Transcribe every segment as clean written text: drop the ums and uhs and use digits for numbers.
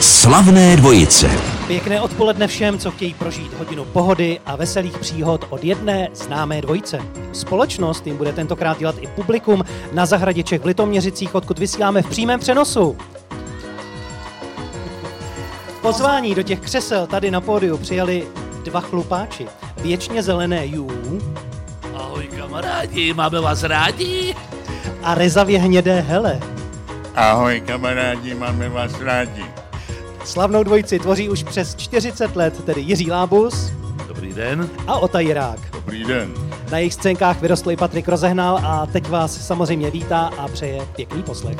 Slavné dvojice. Pěkné odpoledne všem, co chtějí prožít hodinu pohody a veselých příhod od jedné známé dvojice. Společnost jim bude tentokrát dělat i publikum na zahradě Čech v Litoměřicích, odkud vysíláme v přímém přenosu. Pozvání do těch křesel tady na pódiu přijali dva chlupáči. Věčně zelené Jú. Ahoj kamarádi, máme vás rádi. A rezavě hnědé Hele. Ahoj kamarádi, máme vás rádi. Slavnou dvojici tvoří už přes 40 let, tedy Jiří Lábus. Dobrý den. A Ota Jirák. Dobrý den. Na jejich scénkách vyrostl i Patrik Rozehnal a teď vás samozřejmě vítá a přeje pěkný poslech.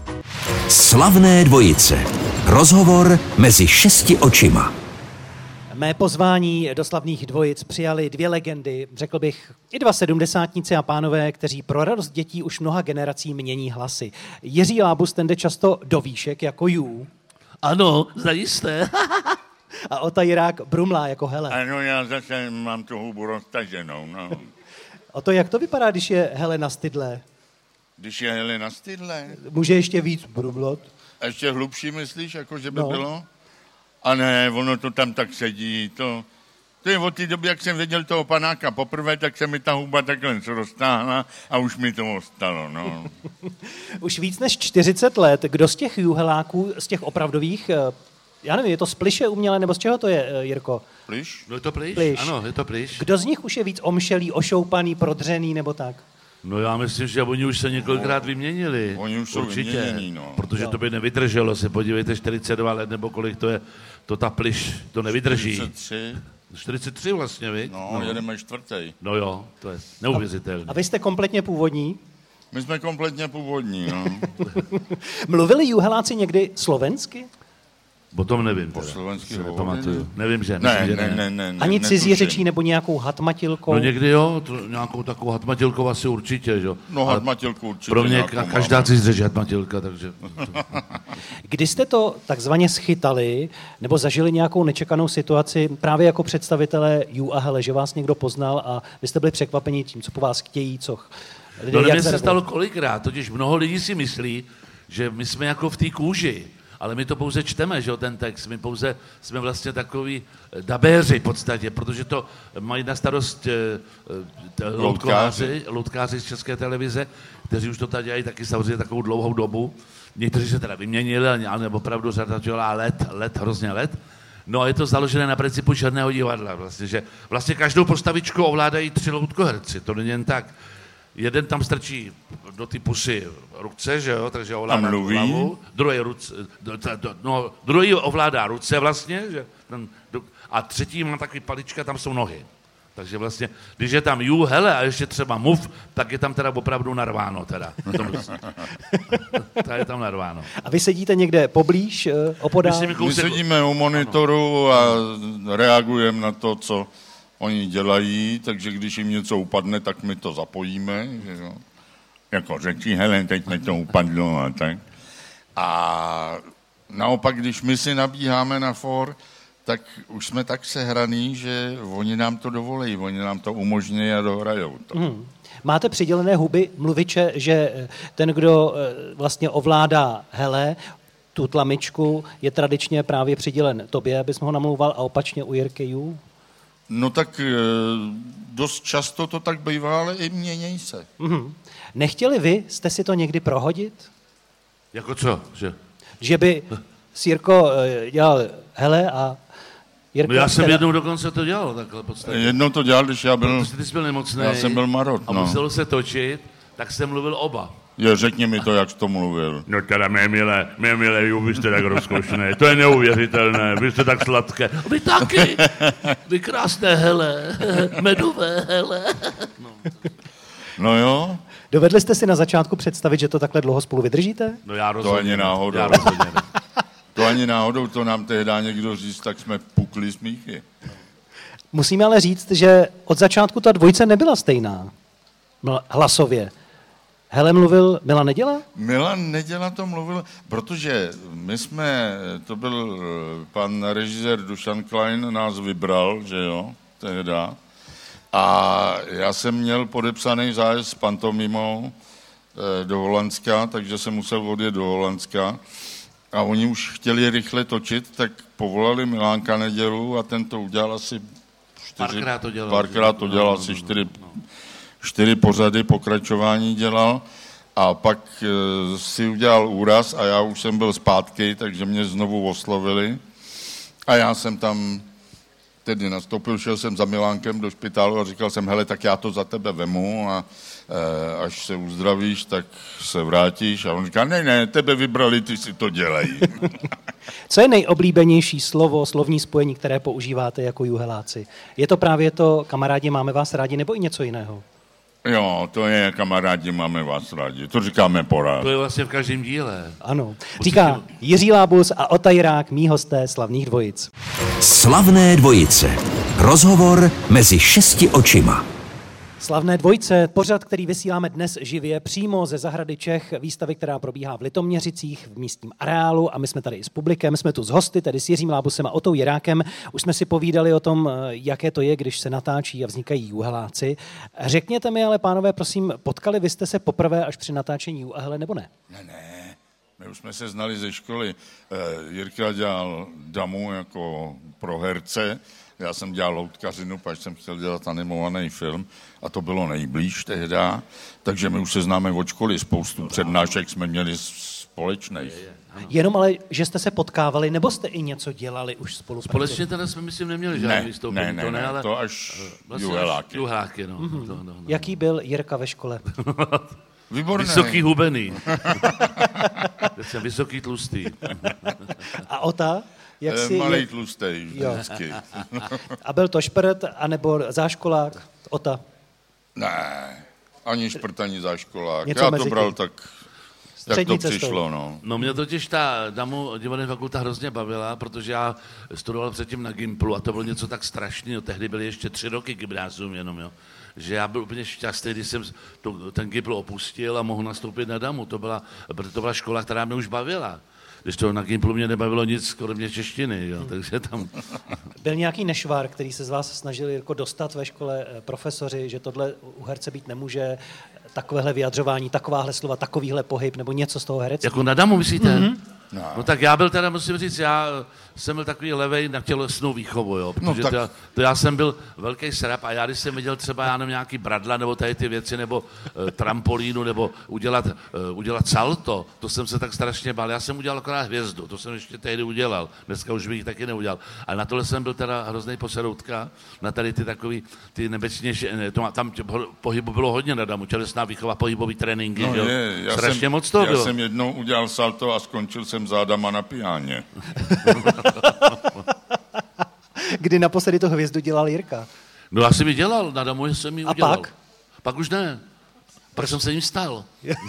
Slavné dvojice. Rozhovor mezi 6 očima. Mé pozvání do slavných dvojic přijali dvě legendy, řekl bych i dva sedmdesátníci a pánové, kteří pro radost dětí už mnoha generací mění hlasy. Jiří Lábus ten jde často do výšek jako Jú. Ano, zajisté. A Ota Jirák brumlá jako Hele. Ano, já zase mám tu hubu roztaženou, no. Oto, jak to vypadá, když je Hele na stydlé? Když je Hele na stydle. Může ještě víc brumlat? A ještě hlubší myslíš, jako že by No. bylo? A ne, ono to tam tak sedí, to je od té doby, jak jsem viděl toho panáka poprvé, tak se mi ta huba takhle roztáhla a už mi to ostalo, no. Už víc než 40 let, kdo z těch juheláků, z těch opravdových, já nevím, je to z pliše umělé, nebo z čeho to je, Jirko? Plyš? No je to pryč? Plyš. Ano, je to pryč. Kdo z nich už je víc omšelý, ošoupaný, prodřený, nebo tak? No já myslím, že oni už se několikrát vyměnili. Oni už jsou určitě, vyměnění, no. Protože to by nevydrželo, se podívejte, 42 let nebo kolik to je, to ta plyš, to nevydrží. 43. 43 vlastně, viď? No, jedeme čtvrtý. No jo, to je neuvěřitelné. A vy jste kompletně původní? My jsme kompletně původní, no. Mluvili juheláci někdy slovensky? O tom nevím. Po teda, slovensky si hovoří, nepamatuju. ne? Nevím, že Ne, myslím, že ne. Ani cizí netuším. řečí nebo nějakou hatmatilkou? No někdy jo, nějakou takovou hatmatilkou asi určitě, že jo. No, Ale hatmatilku určitě. pro mě nějakou každá máme. cizí řeč je hatmatilka, takže... Kdy jste to takzvaně schytali nebo zažili nějakou nečekanou situaci právě jako představitelé Jú a Hele, že vás někdo poznal a vy jste byli překvapeni tím, co po vás chtějí, co lidé, No jak mně se zareagují? stalo kolikrát, totiž mnoho lidí si myslí, že my jsme jako v té kůži, ale my to pouze čteme, že jo, ten text, my pouze jsme vlastně takový dabéři v podstatě, protože to mají na starost loutkáři z České televize, kteří už to tady dělají taky samozřejmě takovou dlouhou dobu. Někteří se teda vyměnili, ale opravdu řada dělá hrozně let. No a je to založené na principu černého divadla, vlastně, že vlastně každou postavičku ovládají 3 loutkoherci, to není jen tak. Jeden tam strčí do ty pusy ruce, že jo, takže ovládá hlavu, druhý ovládá ruce vlastně, že a třetí má takový palička, tam jsou nohy. Takže vlastně, když je tam Jú, Hele a ještě třeba Muf, tak je tam teda opravdu narváno teda. Tak je tam narváno. A vy sedíte někde poblíž, opodál? My sedíme u monitoru a reagujeme na to, co oni dělají, takže když jim něco upadne, tak my to zapojíme. Že jo? Jako řekni, hele, teď mi to upadlo a tak. A naopak, když my si nabíháme na fór, tak už jsme tak sehraný, že oni nám to dovolí, oni nám to umožní a dohrajou to. Máte přidělené huby mluviče, že ten, kdo vlastně ovládá Hele, tu tlamičku, je tradičně právě přidělen tobě, abys ho namlouval, a opačně u Jirky Jú? No tak dost často to tak bývá, ale i mění se. Nechtěli vy, jste si to někdy prohodit? Jako co? Že by Jirko dělal Hele a Jirka... No já jsem jednou dokonce to dělal takhle v podstatě. Jednou to dělal, když já byl... Protože ty jsi byl nemocný. Já jsem byl marot, a no. muselo se točit, tak jsem mluvil oba. Jo, řekni mi to, jak jsi to mluvil. No teda, mé milé, vy jste tak rozkošné, to je neuvěřitelné, vy jste tak sladké. Vy taky, vy krásné Hele, medové Hele. No jo, Dovedli jste si na začátku představit, že to takhle dlouho spolu vydržíte? No já rozhodně. ani náhodou. Já rozhodně ne. to ani náhodou, to nám tehdy někdo říct, tak jsme pukli smíchy. Musíme ale říct, že od začátku ta dvojice nebyla stejná hlasově. Hele mluvil Milan Neděla? Milan Neděla to mluvil, protože to byl pan režisér Dušan Klein, nás vybral, že jo, tehda. A já jsem měl podepsaný zájezd s pantomimou do Holandska, takže jsem musel odjet do Holandska. a oni už chtěli rychle točit, tak povolali Milánka Nedělu a ten to udělal asi párkrát to dělal, asi 4 pořady pokračování dělal a pak si udělal úraz a já už jsem byl zpátky, takže mě znovu oslovili a já jsem tam tedy nastoupil, šel jsem za Milánkem do špitálu a říkal jsem, hele, tak já to za tebe vemu a až se uzdravíš, tak se vrátíš. A on říká, ne, tebe vybrali, ty si to dělej. Co je nejoblíbenější slovní spojení, které používáte jako Juheláci? Je to právě to, kamarádi, máme vás rádi, nebo i něco jiného? Jo, to je, kamarádi, máme vás rádi. To říkáme porád. To je vlastně v každém díle. Ano. Říká Jiří Lábus a Ota Jirák, mí hosté Slavných dvojic. Slavné dvojice. Rozhovor mezi 6 očima. Slavné dvojice, pořad, který vysíláme dnes živě přímo ze zahrady Čech, výstavy, která probíhá v Litoměřicích v místním areálu a my jsme tady i s publikem, jsme tu s hosty, tedy s Jiřím Lábusem a Otou Jirákem. Už jsme si povídali o tom, jaké to je, když se natáčí a vznikají Juheláci. Řekněte mi ale, pánové, prosím, potkali vy jste se poprvé až při natáčení Juhele, nebo ne? Ne, my už jsme se znali ze školy. Jirka dělal Damu jako pro herce, já jsem dělal loutkařinu, protože jsem chtěl dělat animovaný film a to bylo nejblíž tehda, takže my už se známe od školy, spoustu přednášek jsme měli společných. Jenom ale, že jste se potkávali, nebo jste i něco dělali už spolu? Společně teda jsme, myslím, neměli žádný vystoupení. Ne, ale to až vlastně Juheláky. Juheláky, no. Jaký byl Jirka ve škole? Výborný. Vysoký hubený. Jsem vysoký tlustý. A Ota? Jak si malej tlustej, vždycky. A byl to šprt, anebo záškolák? Ota? Ne, ani šprt, ani záškolák. Něco Já to mezi bral tím. tak, jak Střední to cestou. přišlo, no. No mě totiž ta Damu divadelní fakulta hrozně bavila, protože já studoval předtím na Gimplu a to bylo něco tak strašného. Tehdy byly ještě 3 roky gymnázium jenom, jo. Že já byl úplně šťastný, když jsem ten Gimpl opustil a mohl nastoupit na Damu. Protože to byla škola, která mě už bavila. Když to na Gimplu mě nebavilo nic, kromě češtiny, jo, takže tam... Byl nějaký nešvar, který se z vás snažili jako dostat ve škole profesoři, že tohle u herce být nemůže, takovéhle vyjadřování, takováhle slova, takovýhle pohyb, nebo něco z toho herectví? Jako na Damu, myslíte? Mm-hmm. No tak já byl teda, musím říct, já jsem byl takový levej na tělesnou výchovu, jo, protože No, tak... to já jsem byl velký srap a já když jsem viděl třeba, já nevím, nějaký bradla nebo tady ty věci, nebo trampolínu, nebo udělat salto, to jsem se tak strašně bál. Já jsem udělal akorát hvězdu, to jsem ještě tehdy udělal, dneska už bych taky neudělal. Ale na tohle jsem byl teda hrozný poseroutka, na tady ty takový, ty nebezpečnější, tam pohybu bylo hodně na Damu, tělesná výchova, pohybový tréninky, No jo. Strašně moc toho bylo. Já jsem jednou udělal salto a skončil jsem zádama na piáně. Kdy naposledy to hvězdu dělal Jirka? No já jsem ji dělal, na Damu jsem ji udělal. A pak? Pak už ne. Pak jsem se jim stal.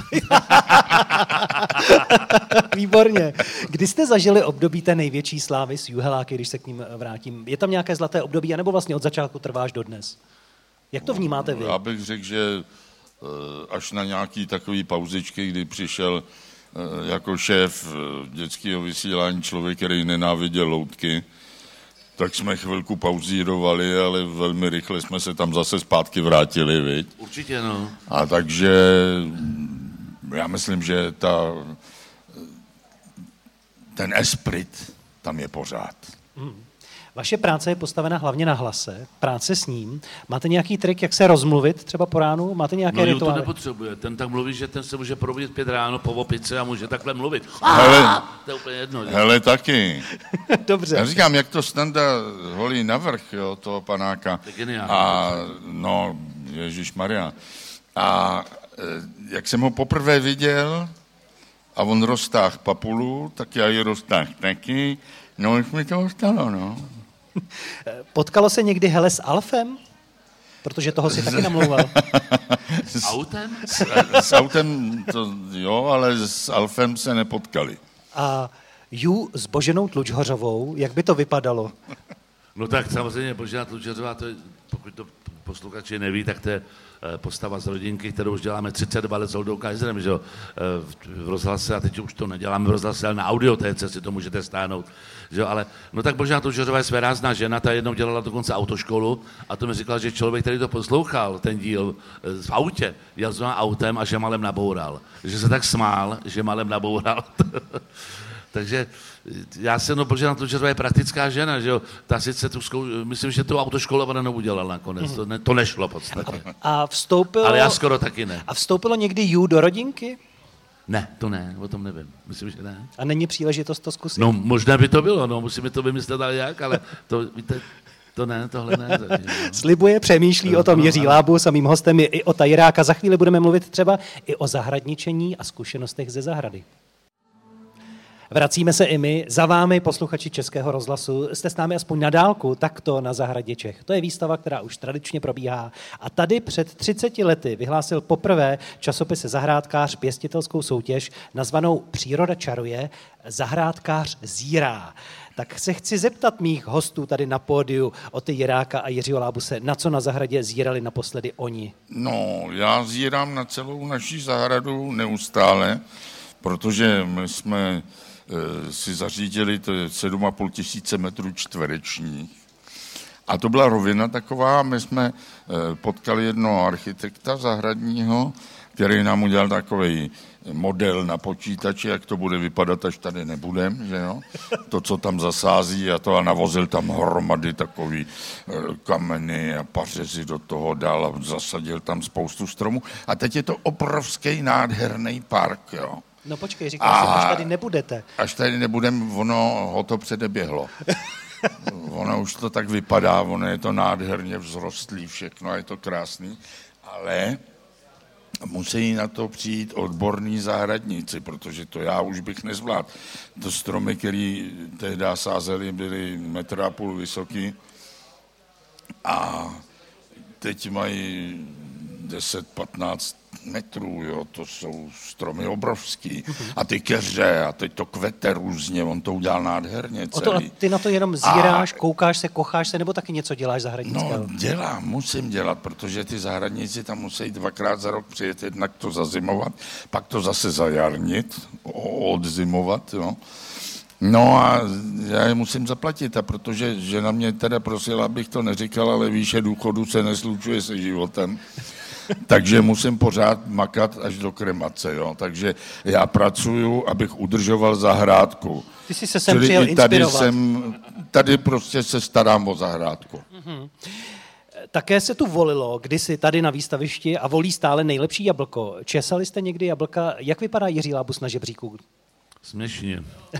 Výborně. Kdy jste zažili období té největší slávy s Juheláky, když se k ním vrátím? Je tam nějaké zlaté období, anebo vlastně od začátku trváš dodnes? Jak to vnímáte vy? Já bych řekl, že až na nějaký takový pauzičky, kdy přišel jako šéf dětského vysílání člověk, který nenáviděl loutky, tak jsme chvilku pauzírovali, ale velmi rychle jsme se tam zase zpátky vrátili, viď? Určitě, no. A takže já myslím, že ten esprit tam je pořád. Vaše práce je postavena hlavně na hlase, práce s ním. Máte nějaký trik, jak se rozmluvit třeba po ránu? Máte nějaké rituály? No, to nepotřebuje. Ten tak mluví, že ten se může probudit 5 ráno po opice a může takhle mluvit. Hele, to je úplně jedno. hele, taky. Dobře. Já říkám, jak to Standa holí navrch, jo, toho panáka. To je geniální. A no, ježišmarja. A jak jsem ho poprvé viděl a on roztáhl papulu, tak já ji roztáhl taky. No, už mi to ostalo, no. Potkalo se někdy Hele s Alfem? Protože toho si taky namlouval. S autem? S autem to jo, ale s Alfem se nepotkali. A Ju s Boženou Tlučhořovou, jak by to vypadalo? No tak samozřejmě Božena Tlučeřová, to je, pokud to posluchači neví, tak to je postava z Rodinky, kterou už děláme 32 let s Holdou Kaiserem, že jo, v rozhlase, a teď už to neděláme v rozhlase, ale na audiotéce si to můžete stáhnout, že jo, ale, no tak Božena Tlučeřová je svérázná žena, ta jednou dělala dokonce autoškolu a to mi říkal, že člověk, který to poslouchal, ten díl v autě, jel s autem a že malem naboural, že se tak smál, že malem naboural. Takže já jsem protože na to, že to je praktická žena, že jo, ta sice myslím, že tu autoškolovanou udělala nakonec, to nešlo v podstatě. A vstoupilo... Ale já skoro taky ne. A vstoupilo někdy Jú do rodinky? Ne, to ne, o tom nevím. Myslím, že ne. A není příležitost to zkusit? No, možná by to bylo, no, musíme to vymyslet, ale jak, ale to, víte, to ne, tohle ne. Zatím, no. Slibuje, přemýšlí o tom Jiří Lábus a mým hostem je i Ota Jiráka. Za chvíli budeme mluvit třeba i o zahradničení a zkušenostech ze zahrady. Vracíme se i my, za vámi, posluchači Českého rozhlasu. Jste s námi aspoň na dálku, takto na Zahradě Čech. To je výstava, která už tradičně probíhá. A tady před 30 lety vyhlásil poprvé časopis Zahrádkář pěstitelskou soutěž nazvanou Příroda čaruje, zahrádkář zírá. Tak se chci zeptat mých hostů tady na pódiu, Oty Jiráka a Jiřího Lábuse, na co na zahradě zírali naposledy oni? No, já zírám na celou naši zahradu neustále, protože my jsme si zařídili, to je 7,5 tisíce metrů čtverečních. A to byla rovina taková, my jsme potkali jednoho architekta zahradního, který nám udělal takový model na počítači, jak to bude vypadat, až tady nebudem, že jo? To, co tam zasází a to a navozil tam hromady takový kameny a pařezy do toho dál a zasadil tam spoustu stromů. A teď je to obrovský nádherný park, jo. No počkej, říkal jsem, až tady nebudete. Až tady nebudem, ono ho to předeběhlo. Ono už to tak vypadá, ono je to nádherně vzrostlý všechno a je to krásný, ale musí na to přijít odborní zahradníci, protože to já už bych nezvládl. To stromy, které tehdy sázeli, byly 1,5 m vysoký a teď mají 10-15 metrů, jo, to jsou stromy obrovský. A ty keře, a teď to kvete různě, on to udělal nádherně celý. A ty na to jenom zíráš, koukáš se, kocháš se, nebo taky něco děláš zahradnického? No, musím dělat, protože ty zahradníci tam musí 2krát za rok přijet, jednak to zazimovat, pak to zase zajarnit, odzimovat, jo. No a já je musím zaplatit, a protože žena mě teda prosila, abych to neříkal, ale výše důchodu se neslučuje se životem. Takže musím pořád makat až do kremace, jo. Takže já pracuju, abych udržoval zahrádku. Ty jsi se sem přijel inspirovat. Tady prostě se starám o zahrádku. Mm-hmm. Také se tu volilo kdysi tady na výstavišti a volí stále nejlepší jablko. Česali jste někdy jablka? Jak vypadá Jiří Lábus na žebříku? Směšně.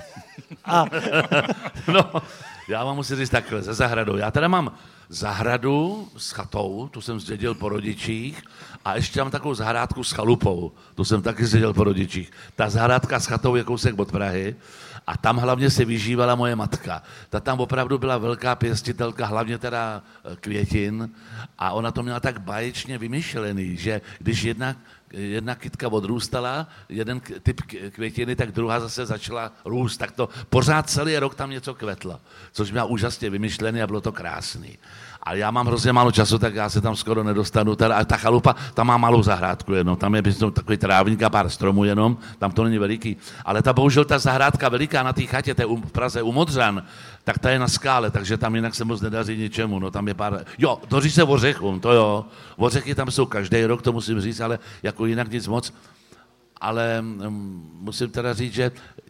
No, já vám musím říct takhle, ze zahradou. Já teda mám zahradu s chatou, tu jsem zdědil po rodičích, a ještě mám takovou zahrádku s chalupou, tu jsem taky zdědil po rodičích. Ta zahrádka s chatou je kousek od Prahy a tam hlavně se vyžívala moje matka. Ta tam opravdu byla velká pěstitelka, hlavně teda květin, a ona to měla tak báječně vymyšlený, že když jedna kytka odrůstala, jeden typ květiny, tak druhá zase začala růst. Tak to pořád celý rok tam něco kvetlo, což měla úžasně vymyšlený a bylo to krásný. Ale já mám hrozně málo času, tak já se tam skoro nedostanu. A ta chalupa, tam má malou zahrádku jenom, tam je takový trávník a pár stromů jenom, tam to není veliký. Ale bohužel ta zahrádka veliká na té chatě, to je v Praze u Modřan, tak ta je na skále, takže tam jinak se moc nedaří ničemu. No, tam je pár... Jo, doří se ořechům, to jo. Ořechy tam jsou každý rok, to musím říct, ale jako jinak nic moc. Ale musím teda říct, že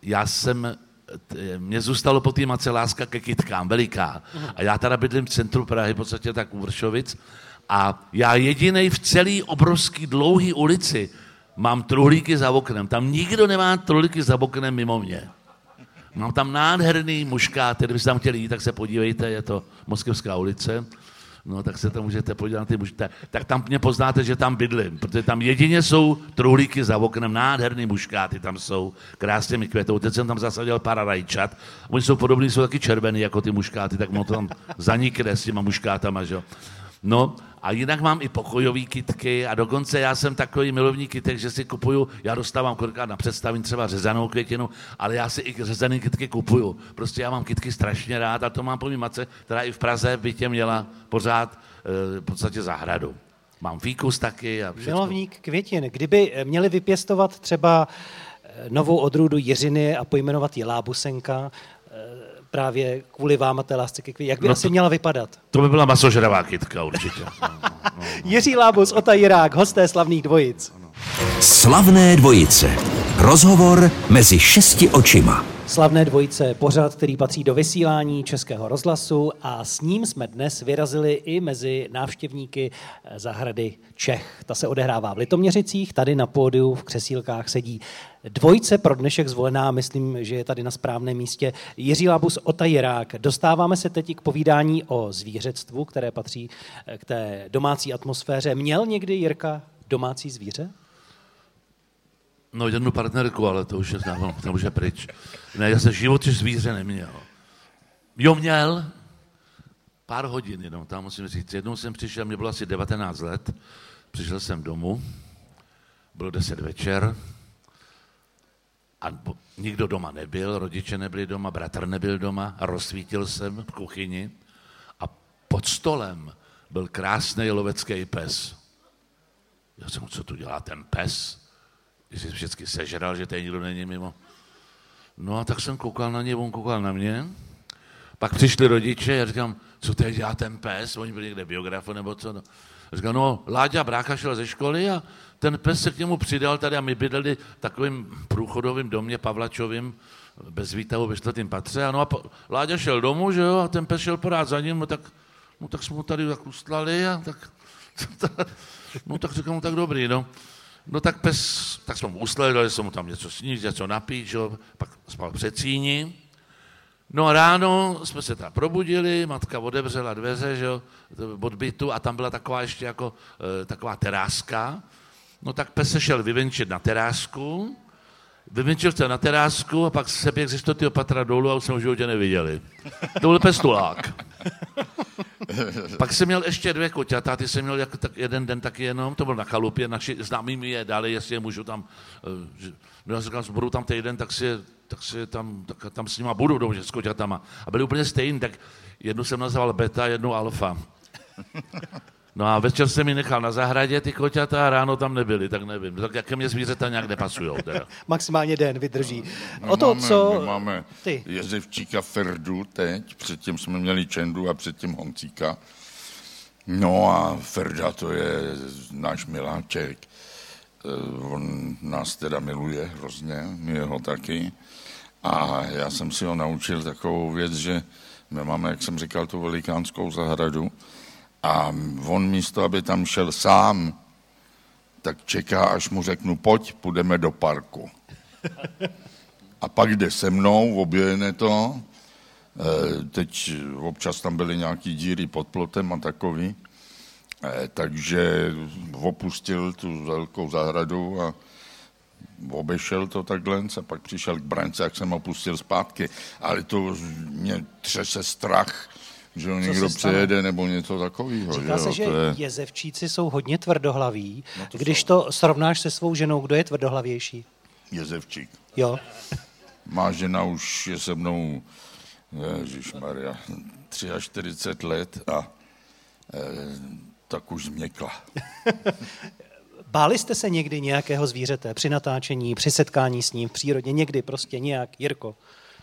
mně zůstalo po té matce láska ke kytkám, veliká. A já teda bydlím v centru Prahy, v podstatě tak u Vršovic. A já jedinej v celé obrovský dlouhý ulici mám truhlíky za oknem. Tam nikdo nemá truhlíky za oknem mimo mě. Mám tam nádherný muškáty, kdybyste tam chtěli jít, tak se podívejte, je to Moskevská ulice. No, tak se tam můžete podívat na ty muškáty. Tak tam mě poznáte, že tam bydlím, protože tam jedině jsou truhlíky za oknem, nádherný muškáty tam jsou, krásně mi květou. Teď jsem tam zasadil pár rajčat. Oni jsou podobní, jsou taky červený jako ty muškáty, tak to tam zanikne s těma muškátama, že jo. No, a jinak mám i pokojový kytky a dokonce já jsem takový milovník kytek, že si kupuju, já dostávám kolikrát na představení třeba řezanou květinu, ale já si i řezaný kytky kupuju. Prostě já mám kytky strašně rád a to mám po mý matce, která i v Praze v bytě měla pořád v podstatě zahradu. Mám fíkus taky a všechno. Milovník květin. Kdyby měli vypěstovat třeba novou odrůdu jiřiny a pojmenovat ji Lábusenka, právě kvůli vám a té lásce ke květě. Jak by asi měla vypadat? To by byla masožravá kytka určitě. No. Jiří Lábus, Ota Jirák, hosté Slavných dvojic. Slavné dvojice. Rozhovor mezi 6 očima. Slavné dvojice, pořad, který patří do vysílání Českého rozhlasu a s ním jsme dnes vyrazili i mezi návštěvníky zahrady Čech. Ta se odehrává v Litoměřicích, tady na pódiu v křesílkách sedí dvojice pro dnešek zvolená, myslím, že je tady na správném místě, Jiří Lábus, Ota Jirák. Dostáváme se teď k povídání o zvířectvu, které patří k té domácí atmosféře. Měl někdy Jirka domácí zvíře? No, jednu partnerku, ale to už je pryč. Ne, já jsem v životě zvíře neměl. Jo, měl. Pár hodin jenom, tam musím říct. Jednou jsem přišel, mě bylo asi 19 let, přišel jsem domů, bylo 10 večer a nikdo doma nebyl, rodiče nebyli doma, bratr nebyl doma a rozsvítil jsem v kuchyni a pod stolem byl krásný lovecký pes. Já jsem, co tu dělá ten pes? Když jsi vždycky sežral, že tady nikdo není mimo. No a tak jsem koukal na ně, on koukal na mě. Pak přišli rodiče a říkám, co tady dělá ten pes? Oni byli někde biografu nebo co. No. A říkám, no Láďa brácha šel ze školy a ten pes se k němu přidal tady a my bydleli v takovým průchodovým domě Pavlačovým bez výtahu ve 4. patře. A no a Láďa šel domů, že jo, a ten pes šel porád za ním, no tak jsme mu tady tak ustlali a tak říkám, tak dobrý, no. No tak pes, tak jsme mu uslali, dali jsme mu tam něco sníst, něco napít, že? Pak spal v předsíni. No a ráno jsme se tam probudili, matka otevřela dveře, že? Od bytu a tam byla taková ještě jako taková teráska. No tak pes se šel vyvenčit na terásku, vyvenčil se na terásku a pak se běh ze 4. patra dolů a už jsme ho v životě neviděli. To byl pes Tulák. Pak jsem měl ještě 2 koťata, ty jsem měl jako jeden den taky jenom, to byl na chalupě, naši známí mi je dali, jestli je můžu tam, no já říkám, budu tam týden, tak tam s nima budu dobře s koťatama. A byli úplně stejný, tak jednu jsem nazval beta, jednu alfa. No a večer jsem mi nechal na zahradě ty koťata a ráno tam nebyli, tak nevím. Tak jaké mě zvířata nějak nepasujou. Teda. Maximálně den vydrží. My máme jezevčíka Ferdu teď, předtím jsme měli Čendu a předtím Honcíka. No a Ferda to je náš miláček. On nás teda miluje hrozně, my ho taky. A já jsem si ho naučil takovou věc, že my máme, jak jsem říkal, tu velikánskou zahradu. A on místo, aby tam šel sám, tak čeká, až mu řeknu, pojď, půjdeme do parku. A pak jde se mnou, objene to. Teď občas tam byly nějaký díry pod plotem a takový. Takže opustil tu velkou zahradu a obešel to takhle a pak přišel k brance, jak jsem ho pustil zpátky. Ale to mě třese strach, že ho někdo přejede nebo něco takového. Říká se, že jezevčíci jsou hodně tvrdohlaví. No když to srovnáš se svou ženou, kdo je tvrdohlavější? Jezevčík. Jo. Má žena už je se mnou, ježišmarja, 43 let a tak už změkla. Báli jste se někdy nějakého zvířete při natáčení, při setkání s ním v přírodě, někdy prostě nějak, Jirko?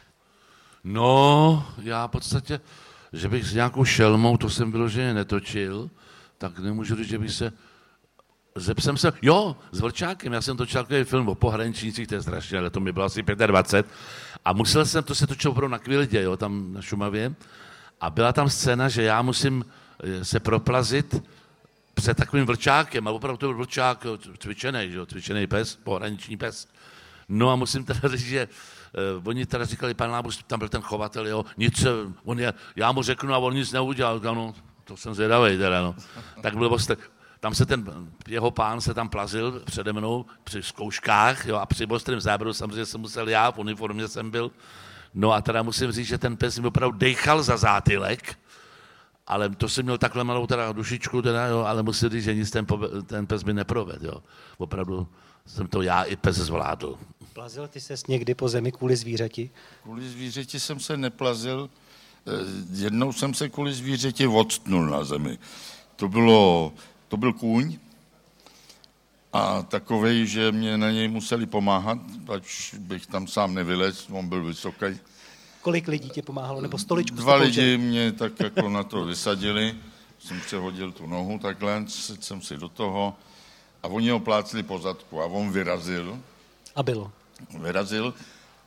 No, já v podstatě, že bych s nějakou šelmou, to jsem vyloženě netočil, tak nemůžu říct, že bych se... Zepsem se, jo, s Vlčákem, já jsem točil takový film o pohraničnících, to je strašně, ale to mi bylo asi 25 a musel jsem, to se točil opravdu na Kvildě, jo, tam na Šumavě a byla tam scéna, že já musím se proplazit před takovým Vlčákem, ale opravdu to byl Vlčák cvičený pes, pohraniční pes. No a musím teda říct, že oni teda říkali, pan Lábus, tam byl ten chovatel, jo, nic, já mu řeknu a on nic neudělal, no, to jsem zvědavej teda, no. Tak byl tam se jeho pán se tam plazil přede mnou při zkouškách, jo, a při ostrém záběru samozřejmě jsem musel já, v uniformě jsem byl, no a teda musím říct, že ten pes mi opravdu dejchal za zátylek, ale to jsem měl takhle malou teda dušičku, teda, jo, ale musím říct, že nic ten pes by neprovedl, jo. Opravdu jsem to já i pes zvládl. Plazil ty ses někdy po zemi kvůli zvířeti? Kvůli zvířeti jsem se neplazil. Jednou jsem se kvůli zvířeti odstnul na zemi. To byl kůň a takovej, že mě na něj museli pomáhat, ať bych tam sám nevylez, on byl vysoký. Kolik lidí tě pomáhalo, nebo stoličku? 2 lidi mě tak jako na to vysadili, jsem přehodil tu nohu takhle, jsem si do toho a oni ho plácli po zadku a on vyrazil. A bylo. Vyrazil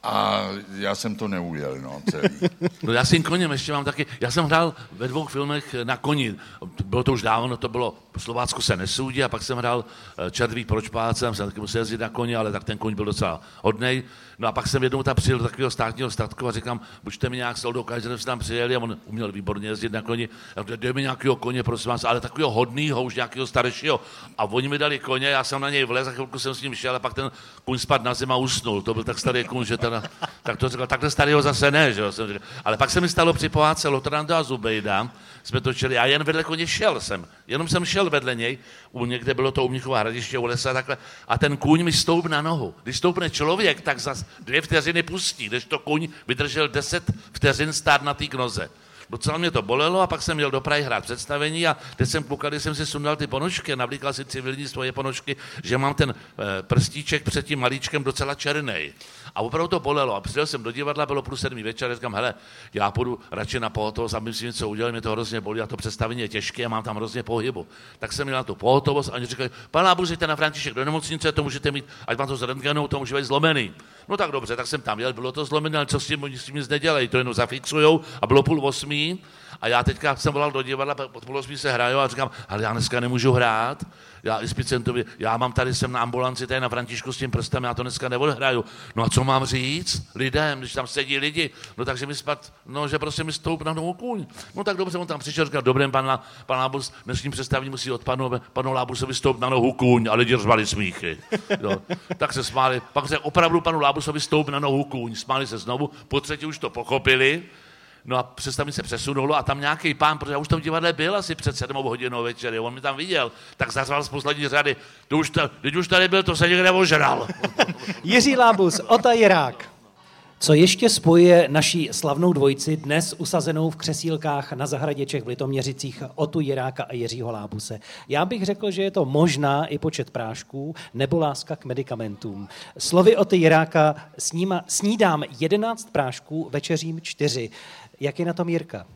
A já jsem to neujel, no, celý. No já s tím koněm ještě mám taky, já jsem hrál ve 2 filmech na koni, bylo to už dávno, to bylo Slovácko se nesoudí a pak jsem hrál Červí proč pácem, jsem taky musel jezdit na koni, ale tak ten koň byl docela hodnej. No a pak jsem jednou tam přijel do takového státního statku a říkám, buďte mi nějak soudou, každý jsme tam přijeli a on uměl výborně jezdit na koni. A dej mi nějakého koně, prosím vás, ale takového hodného, už nějakého staršího. A oni mi dali koně, já jsem na něj vlez, za chvilku jsem s ním šel a pak ten kůň spadl na zem a usnul. To byl tak starý kůň, že teda, tak to říkal, takhle starého zase ne, že jo. Ale pak se mi stalo při pohádce Lotranda a Zubejda, jsme točili, já jen vedle koně šel jsem, jenom jsem šel vedle něj, někde bylo to u Mnichova Hradiště, u lesa takhle, a ten kůň mi stoupne na nohu. Když stoupne člověk, tak zas 2 vteřiny pustí, když to kůň vydržel 10 vteřin stát na té knoze. Docela mě to bolelo a pak jsem jel do Prahy hrát představení a teď jsem koukal, když jsem si sundal ty ponožky a navlíkal si civilní svoje ponožky, že mám ten prstíček před tím malíčkem docela černej. A opravdu to bolelo. A přijel jsem do divadla, bylo plus 7 večer, a říkám, hele, já půjdu radši na pohotovost a myslím, něco udělat, mě to hrozně bolí a to představení je těžké a mám tam hrozně pohybu. Tak jsem měl na tu pohotovost a oni říkali, pane Lábus, jděte na František do nemocnice, to můžete mít, ať vám to zrentgenou, to může být zlomený. No tak dobře, tak jsem tam jel, bylo to zlomené, ale co s tím, oni s tím nic nedělají, to jenom zafixujou a bylo 7:30 a já teďka jsem volal do divadla, od 7:30 se hrajou a říkám, ale já dneska nemůžu hrát, já i Spicentovi, já mám tady, jsem na ambulanci, tady na Františku s tím prstem, já to dneska neodhraju. No a co mám říct lidem, když tam sedí lidi? No takže mi spadl, no že prostě mi stoup na nohu kůň. No tak dobře, on tam přišel, říkal, dobrý pan Lábus, dnešním představení musí od panu Lábusovi stoup na nohu kůň a lidi řvali smíchy. Jo. Tak se smáli, pak se opravdu panu Lábusovi stoup na nohu kůň, smáli se znovu, po třetí už to pochopili. No a představení se přesunulo a tam nějaký pán, protože já už v tom divadle byl asi před 7 hodinou večer, on mi tam viděl, tak zařval z poslední řady, když už tady byl, to se někde ožral. Jiří Lábus, Ota Jirák. Co ještě spojuje naší slavnou dvojici, dnes usazenou v křesílkách na zahradě Čech v Litoměřicích, Otu Jiráka a Jiřího Lábuse? Já bych řekl, že je to možná i počet prášků nebo láska k medicamentům. Slovy Oty Jiráka, snídám 11 prášků, večeřím 4. Jak je na tom Jirka?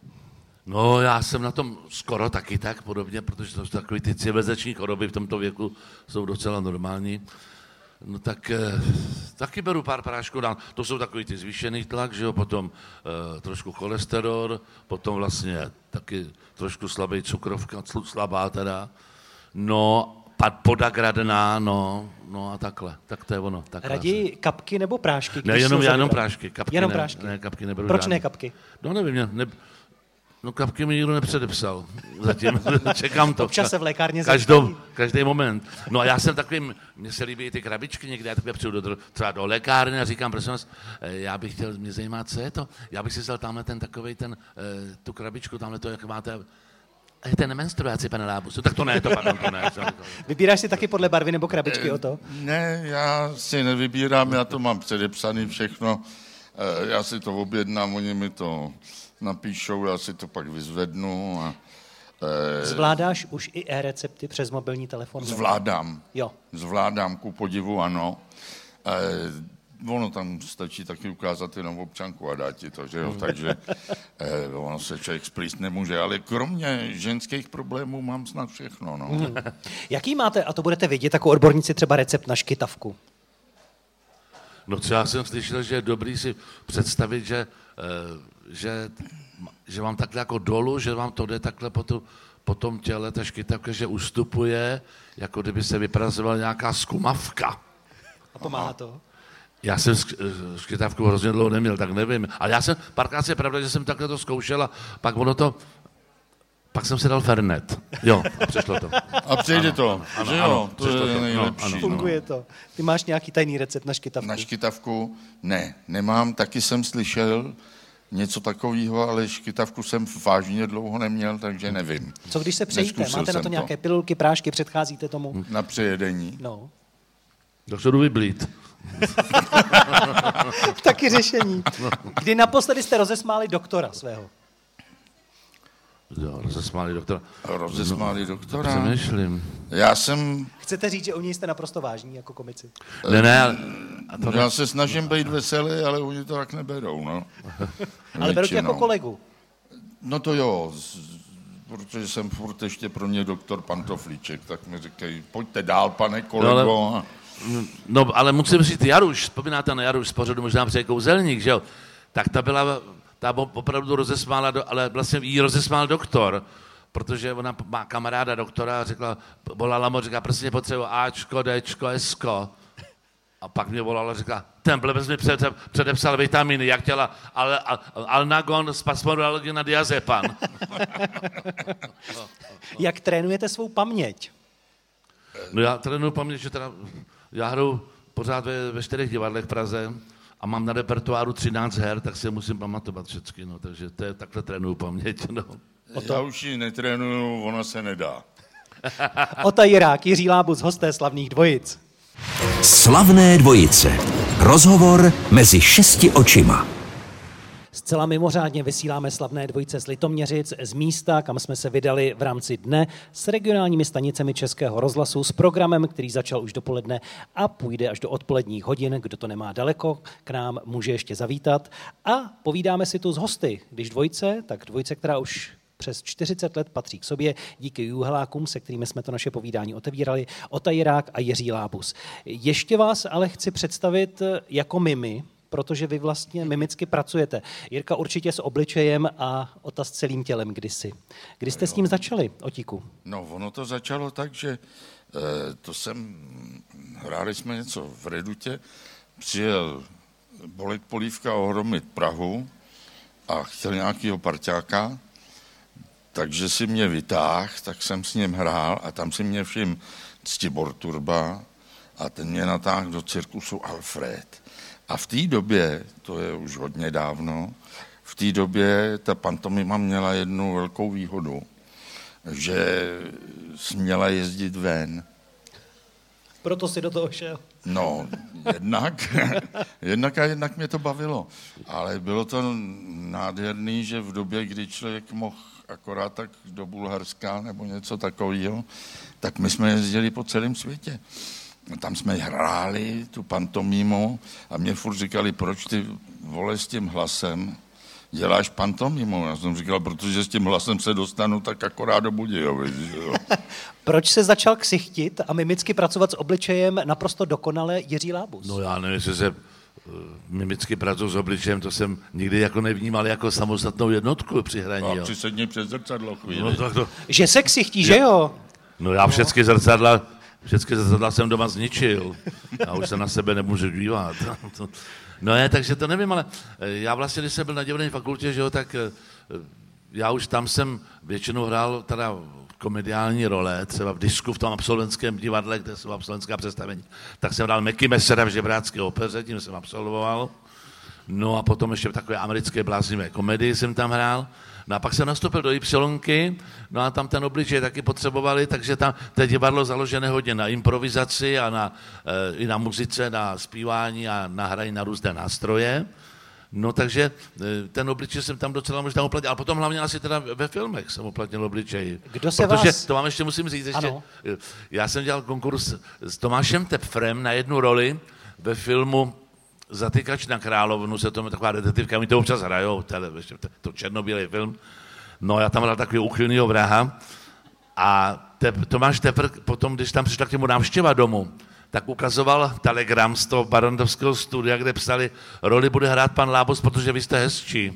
No, já jsem na tom skoro taky tak podobně, protože to jsou takové ty civilizační choroby v tomto věku jsou docela normální. No tak taky beru pár prášků dál. To jsou takový ty zvýšený tlak, že jo, potom trošku cholesterol, potom vlastně taky trošku slabý cukrovka, slabá teda. No, podagradná, no a takhle. Tak to je ono. Raději kapky nebo prášky? Ne, jenom prášky. Kapky jenom ne, prášky? Ne, kapky neberu. Proč žádný. ne kapky? No nevím, no kapky mi nikdo nepředepsal. Zatím čekám to. Občas se v lékárně Každý moment. No a já jsem takovým, mně se líbí ty krabičky někde, já takhle přijdu třeba do lékárny a říkám, prosím vás, já bych chtěl, mě zajímá, co je to. Já bych si vzal tamhle tu krabičku, tamhle to, jak máte. To je na menstruaci, pane Lábusu. Tak to ne, to ne. Vybíráš si taky podle barvy nebo krabičky o to? Ne, já si nevybírám, já to mám předepsané všechno. Já si to objednám, oni mi to napíšou, já si to pak vyzvednu. Zvládáš už i e-recepty přes mobilní telefon? Zvládám. Jo. Zvládám, ku podivu, ano. Ono tam stačí taky ukázat jenom občanku a dát ti to, že jo, takže ono se člověk splíst nemůže, ale kromě ženských problémů mám snad všechno, no. Jaký máte, a to budete vidět jako odborníci, třeba recept na škytavku? No co já jsem slyšel, že je dobrý si představit, že vám takhle jako dolů, že vám to jde takhle po tom těle, ta škytavka, že ustupuje, jako kdyby se vyprazovala nějaká zkumavka. A pomáhá to? Já jsem škytavku hrozně dlouho neměl, tak nevím. Ale já jsem, párkrát je pravda, že jsem takhle to zkoušel a pak jsem si dal Fernet. Jo, a přešlo to. A přejde to, že jo? Ano, to je nejlepší. Funguje to. Ty máš nějaký tajný recept na škytavku? Na škytavku? Ne, nemám. Taky jsem slyšel něco takového, ale škytavku jsem vážně dlouho neměl, takže nevím. Co když se přejíte? Máte na to nějaké pilulky, prášky, předcházíte tomu? Na přejedení. No. Tak se jdu vyblít. Taky řešení. Kdy naposledy jste rozesmáli doktora svého? Jo, rozesmáli doktora. Rozesmáli doktora? Přemýšlím. Já jsem... Chcete říct, že u něj jste naprosto vážní jako komici? Ne, ale... Já se snažím být veselý, ale oni to tak neberou, no. Ale berou tě jako kolegu. No to jo, protože jsem furt ještě pro ně doktor Pantoflíček, tak mi říkají, pojďte dál, pane kolego. No, ale musím říct, Jaruš, vzpomínáte na Jaruš z pořadu Možná přeje kouzelník, že jo? Tak ta opravdu rozesmála, ale vlastně jí rozesmál doktor, protože ona má kamaráda doktora a volala mu, říká, prostě potřebuji Ačko, Dčko, Sko. A pak mě volala a říká, ten blbec mi předepsal vitaminy, jak chtěla Alnagon, Spasmodalgina, Diazepam. Jak trénujete svou paměť? No já trénuji paměť, že teda já hraju pořád ve 4 divadlech v Praze a mám na repertoáru 13 her, tak si musím pamatovat všechny, no, takže takhle trénuju paměť, no. Já už ji netrénuju, ona se nedá. Ota Jirák, Jiří Lábus, hosté Slavných dvojic. Slavné dvojice. Rozhovor mezi 6 očima. Zcela mimořádně vysíláme Slavné dvojice z Litoměřic, z místa, kam jsme se vydali v rámci dne, s regionálními stanicemi Českého rozhlasu, s programem, který začal už dopoledne a půjde až do odpoledních hodin. Kdo to nemá daleko, k nám může ještě zavítat. A povídáme si tu s hosty. Když dvojice, tak dvojice, která už přes 40 let patří k sobě, díky juhelákům, se kterými jsme to naše povídání otevírali, Ota Jirák a Jiří Lábus. Ještě vás ale chci představit jako mimi, protože vy vlastně mimicky pracujete. Jirka určitě s obličejem a Ota s celým tělem kdysi. Kdy jste s tím začali, Otíku? No, ono to začalo tak, že hráli jsme něco v Redutě, přijel Bolek Polívka ohromit Prahu a chtěl nějakýho parťáka, takže si mě vytáhl, tak jsem s ním hrál a tam si mě všiml Ctibor Turba a ten mě natáhl do cirkusu Alfred. A v té době, to je už hodně dávno, v té době ta pantomima měla jednu velkou výhodu, že směla jezdit ven. Proto si do toho šel. No, jednak mě to bavilo. Ale bylo to nádherný, že v době, kdy člověk mohl akorát tak do Bulharska nebo něco takového, tak my jsme jezdili po celém světě. Tam jsme hráli tu pantomimu a mě furt říkali, proč ty vole s tím hlasem děláš pantomimu. Já jsem říkal, protože s tím hlasem se dostanu tak akorát do Budějovic. Proč se začal ksichtit a mimicky pracovat s obličejem naprosto dokonale Jiří Lábus? No já nevím, jestli se mimicky pracuji s obličejem, to jsem nikdy jako nevnímal jako samostatnou jednotku při hraní. A přisedni před zrcadlo chvíli. No, že se ksichtí, že jo? No já všechny zrcadla jsem doma zničil. Já už se na sebe nemůžu dívat. No je, takže to nevím, ale já vlastně, když jsem byl na divadelní fakultě, že jo, tak já už tam jsem většinou hrál teda komediální role, třeba v Disku v tom absolventském divadle, kde jsou absolventská představení. Tak jsem hrál Meky Messera v Žebrácké opeře, tím jsem absolvoval. No a potom ještě v takové americké bláznivé komedii jsem tam hrál. No a pak jsem nastoupil do Ypsilonky, no a tam ten obličej taky potřebovali, takže tam to divadlo založené hodně na improvizaci a i na muzice, na zpívání a na hraní na různé nástroje. No takže ten obličej jsem tam docela možná uplatnil, ale potom hlavně asi teda ve filmech jsem uplatnil obličej. Protože to vám ještě musím říct, já jsem dělal konkurs s Tomášem Tepfrem na jednu roli ve filmu Zatykač na královnu, se to taková detektivka, oni to občas hrajou, to černobílý film. No já tam hrál takový úchylnýho vraha a Tomáš Tepr potom, když tam přišla k němu návštěva domů, tak ukazoval telegram z toho barandovského studia, kde psali, roli bude hrát pan Lábus, protože vy jste hezčí.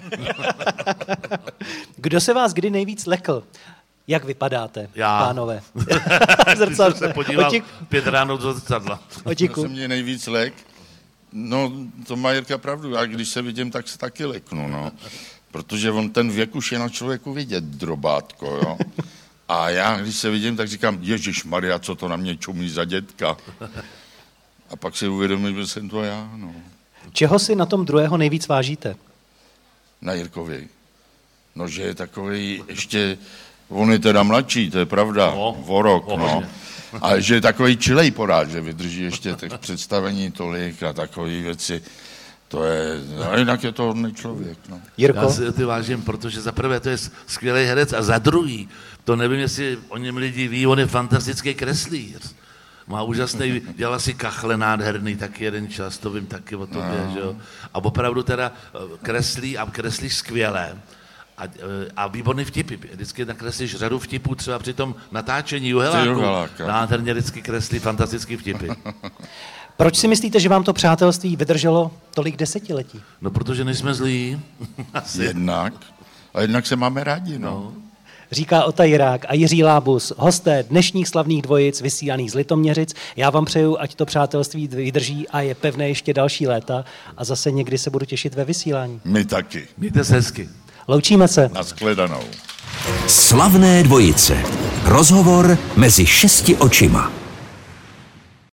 Kdo se vás kdy nejvíc lekl? Jak vypadáte, pánové? Když jsem se podíval 5 ráno do zrcadla. Otíku. To se mě nejvíc lek. No, to má Jirka pravdu. Já když se vidím, tak se taky leknu, no. Protože on ten věk už je na člověku vidět, drobátko, jo. A já, když se vidím, tak říkám, Ježišmarja, co to na mě čumí za dětka. A pak si uvědomím, že jsem to já, no. Čeho si na tom druhého nejvíc vážíte? Na Jirkovi. No, že je takovej ještě, on je teda mladší, to je pravda, o rok, no. A že je takovej čilej porád, že vydrží ještě těch představení tolik a takové věci. To je, a jinak je to hodný člověk. No. Jirko? Já si ty vážím, protože za prvé to je skvělý herec a za druhý, to nevím, jestli o něm lidi ví, on je fantastický kreslíř. Má úžasný, dělal si kachle nádherný, taky jeden čas, to vím taky o tobě, že jo. A opravdu teda kreslí skvěle. A výborný vtipy. Vždycky nakreslíš řadu vtipů, třeba při tom natáčení Juheláku. Nádherně vždycky kreslí fantastický vtipy. Proč si myslíte, že vám to přátelství vydrželo tolik desetiletí? No, protože nejsme zlí. Jednak. A jednak se máme rádi, no. Říká Ota Jirák a Jiří Lábus, hosté dnešních slavných dvojic vysílaných z Litoměřic. Já vám přeju, ať to přátelství vydrží a je pevné ještě další léta a zase někdy se budu těšit ve vysílání. My taky. Mějte se hezky. Loučíme se. Nashledanou. Slavné dvojice. Rozhovor mezi 6 očima.